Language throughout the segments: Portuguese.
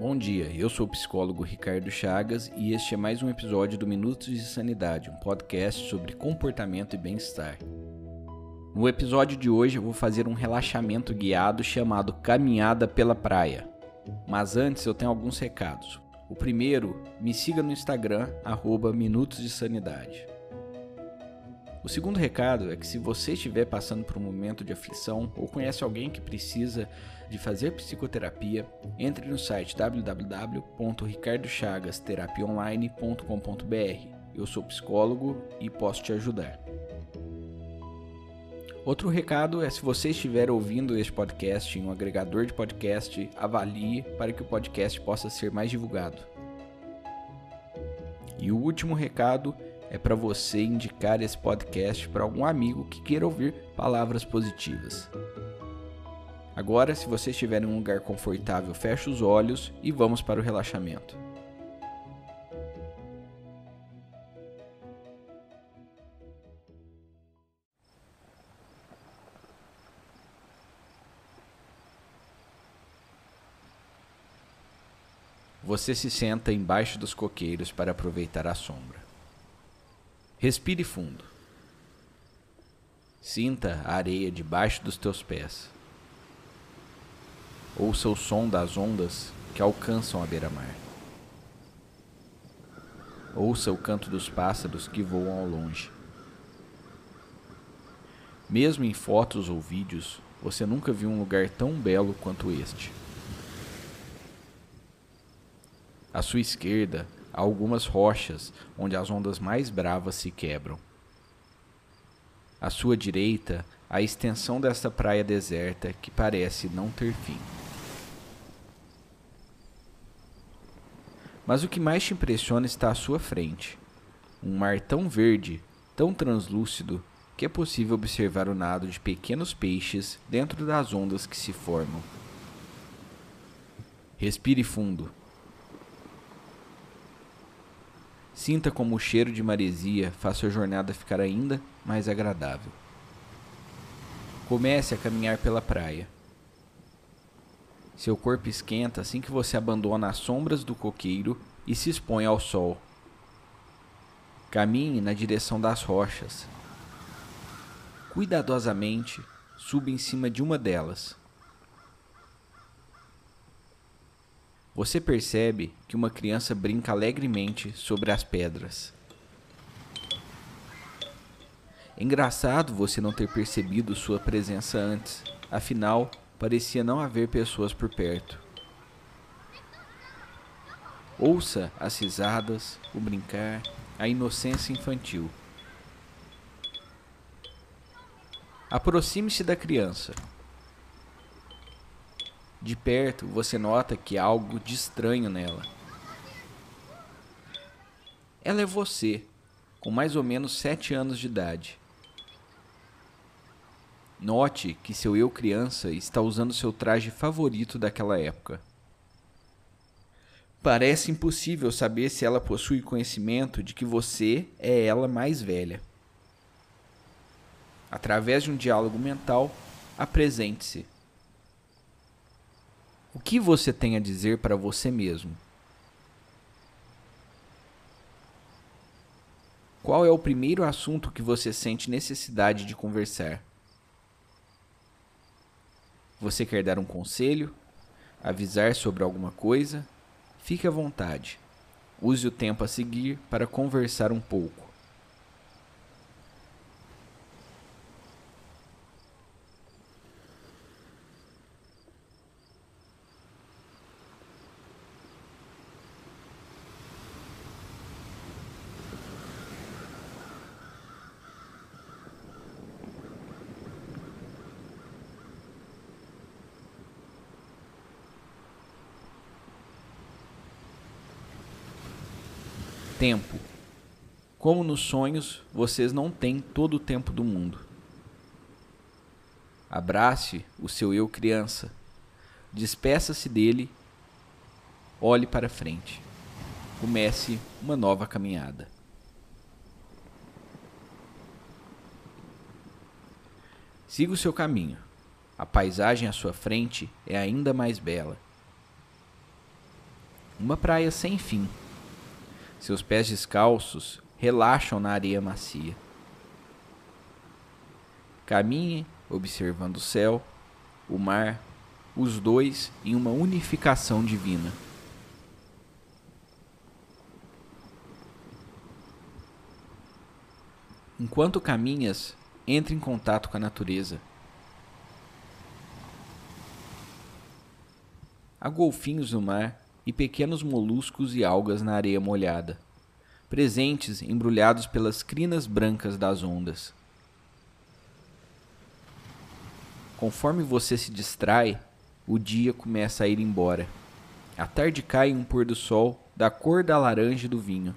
Bom dia, eu sou o psicólogo Ricardo Chagas e este é mais um episódio do Minutos de Sanidade, um podcast sobre comportamento e bem-estar. No episódio de hoje eu vou fazer um relaxamento guiado chamado Caminhada pela Praia. Mas antes eu tenho alguns recados. O primeiro, me siga no Instagram, @minutosdesanidade. O segundo recado é que se você estiver passando por um momento de aflição ou conhece alguém que precisa de fazer psicoterapia, entre no site www.ricardochavasterapiaonline.com.br. Eu sou psicólogo e posso te ajudar. Outro recado é, se você estiver ouvindo este podcast em um agregador de podcast, avalie para que o podcast possa ser mais divulgado. E o último recado é para você indicar esse podcast para algum amigo que queira ouvir palavras positivas. Agora, se você estiver em um lugar confortável, feche os olhos e vamos para o relaxamento. Você se senta embaixo dos coqueiros para aproveitar a sombra. Respire fundo. Sinta a areia debaixo dos teus pés. Ouça o som das ondas que alcançam a beira-mar. Ouça o canto dos pássaros que voam ao longe. Mesmo em fotos ou vídeos, você nunca viu um lugar tão belo quanto este. À sua esquerda, há algumas rochas onde as ondas mais bravas se quebram. À sua direita, a extensão desta praia deserta que parece não ter fim. Mas o que mais te impressiona está à sua frente. Um mar tão verde, tão translúcido, que é possível observar o nado de pequenos peixes dentro das ondas que se formam. Respire fundo. Sinta como o cheiro de maresia faz sua jornada ficar ainda mais agradável. Comece a caminhar pela praia. Seu corpo esquenta assim que você abandona as sombras do coqueiro e se expõe ao sol. Caminhe na direção das rochas. Cuidadosamente, suba em cima de uma delas. Você percebe que uma criança brinca alegremente sobre as pedras. É engraçado você não ter percebido sua presença antes, afinal, parecia não haver pessoas por perto. Ouça as risadas, o brincar, a inocência infantil. Aproxime-se da criança. De perto, você nota que há algo de estranho nela. Ela é você, com mais ou menos 7 anos de idade. Note que seu eu criança está usando seu traje favorito daquela época. Parece impossível saber se ela possui conhecimento de que você é ela mais velha. Através de um diálogo mental, apresente-se. O que você tem a dizer para você mesmo? Qual é o primeiro assunto que você sente necessidade de conversar? Você quer dar um conselho? Avisar sobre alguma coisa? Fique à vontade. Use o tempo a seguir para conversar um pouco. Tempo. Como nos sonhos, vocês não têm todo o tempo do mundo. Abrace o seu eu criança. Despeça-se dele. Olhe para frente. Comece uma nova caminhada. Siga o seu caminho. A paisagem à sua frente é ainda mais bela. Uma praia sem fim. Seus pés descalços relaxam na areia macia. Caminhe observando o céu, o mar, os dois em uma unificação divina. Enquanto caminhas, entre em contato com a natureza. Há golfinhos no mar e pequenos moluscos e algas na areia molhada, presentes embrulhados pelas crinas brancas das ondas. Conforme você se distrai, o dia começa a ir embora. A tarde cai em um pôr do sol da cor da laranja do vinho.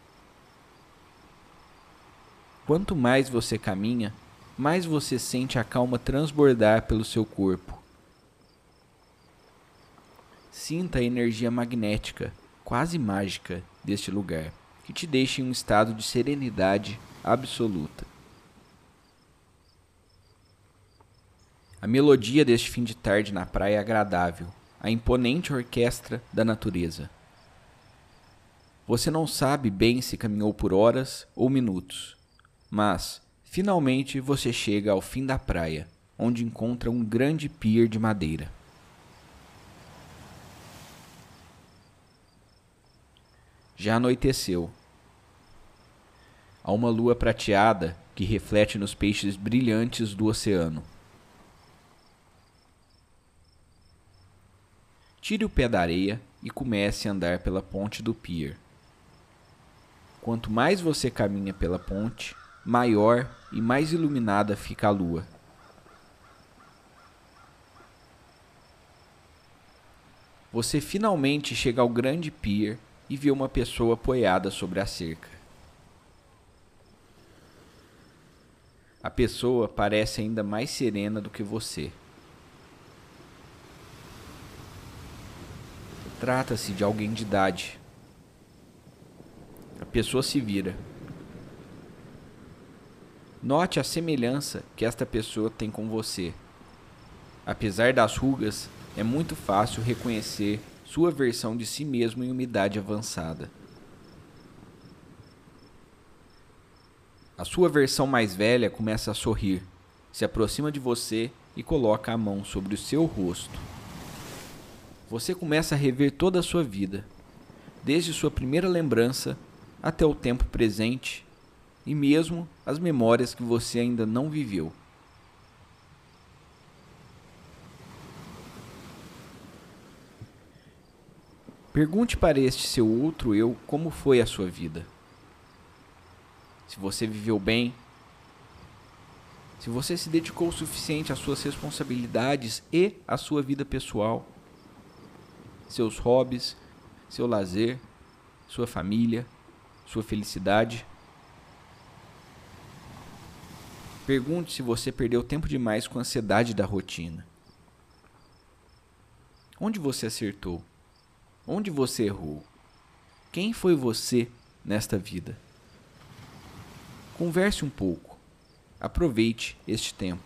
Quanto mais você caminha, mais você sente a calma transbordar pelo seu corpo. Sinta a energia magnética, quase mágica, deste lugar, que te deixa em um estado de serenidade absoluta. A melodia deste fim de tarde na praia é agradável, a imponente orquestra da natureza. Você não sabe bem se caminhou por horas ou minutos, mas, finalmente, você chega ao fim da praia, onde encontra um grande pier de madeira. Já anoiteceu. Há uma lua prateada que reflete nos peixes brilhantes do oceano. Tire o pé da areia e comece a andar pela ponte do pier. Quanto mais você caminha pela ponte, maior e mais iluminada fica a lua. Você finalmente chega ao grande pier e vê uma pessoa apoiada sobre a cerca. A pessoa parece ainda mais serena do que você. Trata-se de alguém de idade. A pessoa se vira. Note a semelhança que esta pessoa tem com você. Apesar das rugas, é muito fácil reconhecer sua versão de si mesmo em uma idade avançada. A sua versão mais velha começa a sorrir, se aproxima de você e coloca a mão sobre o seu rosto. Você começa a rever toda a sua vida, desde sua primeira lembrança até o tempo presente e mesmo as memórias que você ainda não viveu. Pergunte para este seu outro eu como foi a sua vida. Se você viveu bem, se você se dedicou o suficiente às suas responsabilidades e à sua vida pessoal, seus hobbies, seu lazer, sua família, sua felicidade. Pergunte se você perdeu tempo demais com a ansiedade da rotina. Onde você acertou? Onde você errou? Quem foi você nesta vida? Converse um pouco. Aproveite este tempo.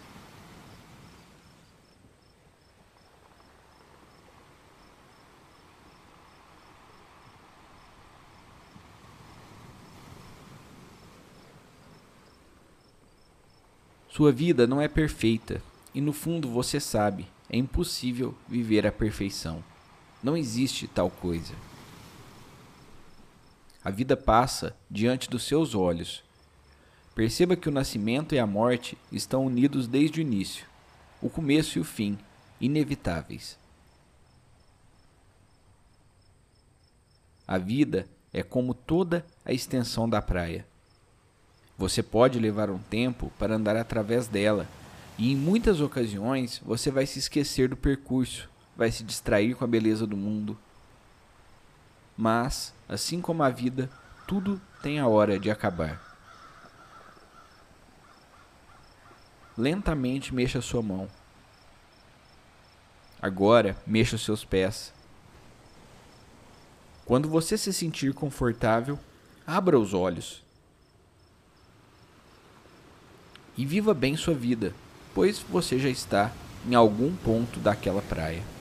Sua vida não é perfeita e no fundo você sabe, é impossível viver a perfeição. Não existe tal coisa. A vida passa diante dos seus olhos. Perceba que o nascimento e a morte estão unidos desde o início, o começo e o fim, inevitáveis. A vida é como toda a extensão da praia. Você pode levar um tempo para andar através dela, e em muitas ocasiões você vai se esquecer do percurso, vai se distrair com a beleza do mundo. Mas, assim como a vida, tudo tem a hora de acabar. Lentamente mexa sua mão. Agora, mexa os seus pés. Quando você se sentir confortável, abra os olhos. E viva bem sua vida, pois você já está em algum ponto daquela praia.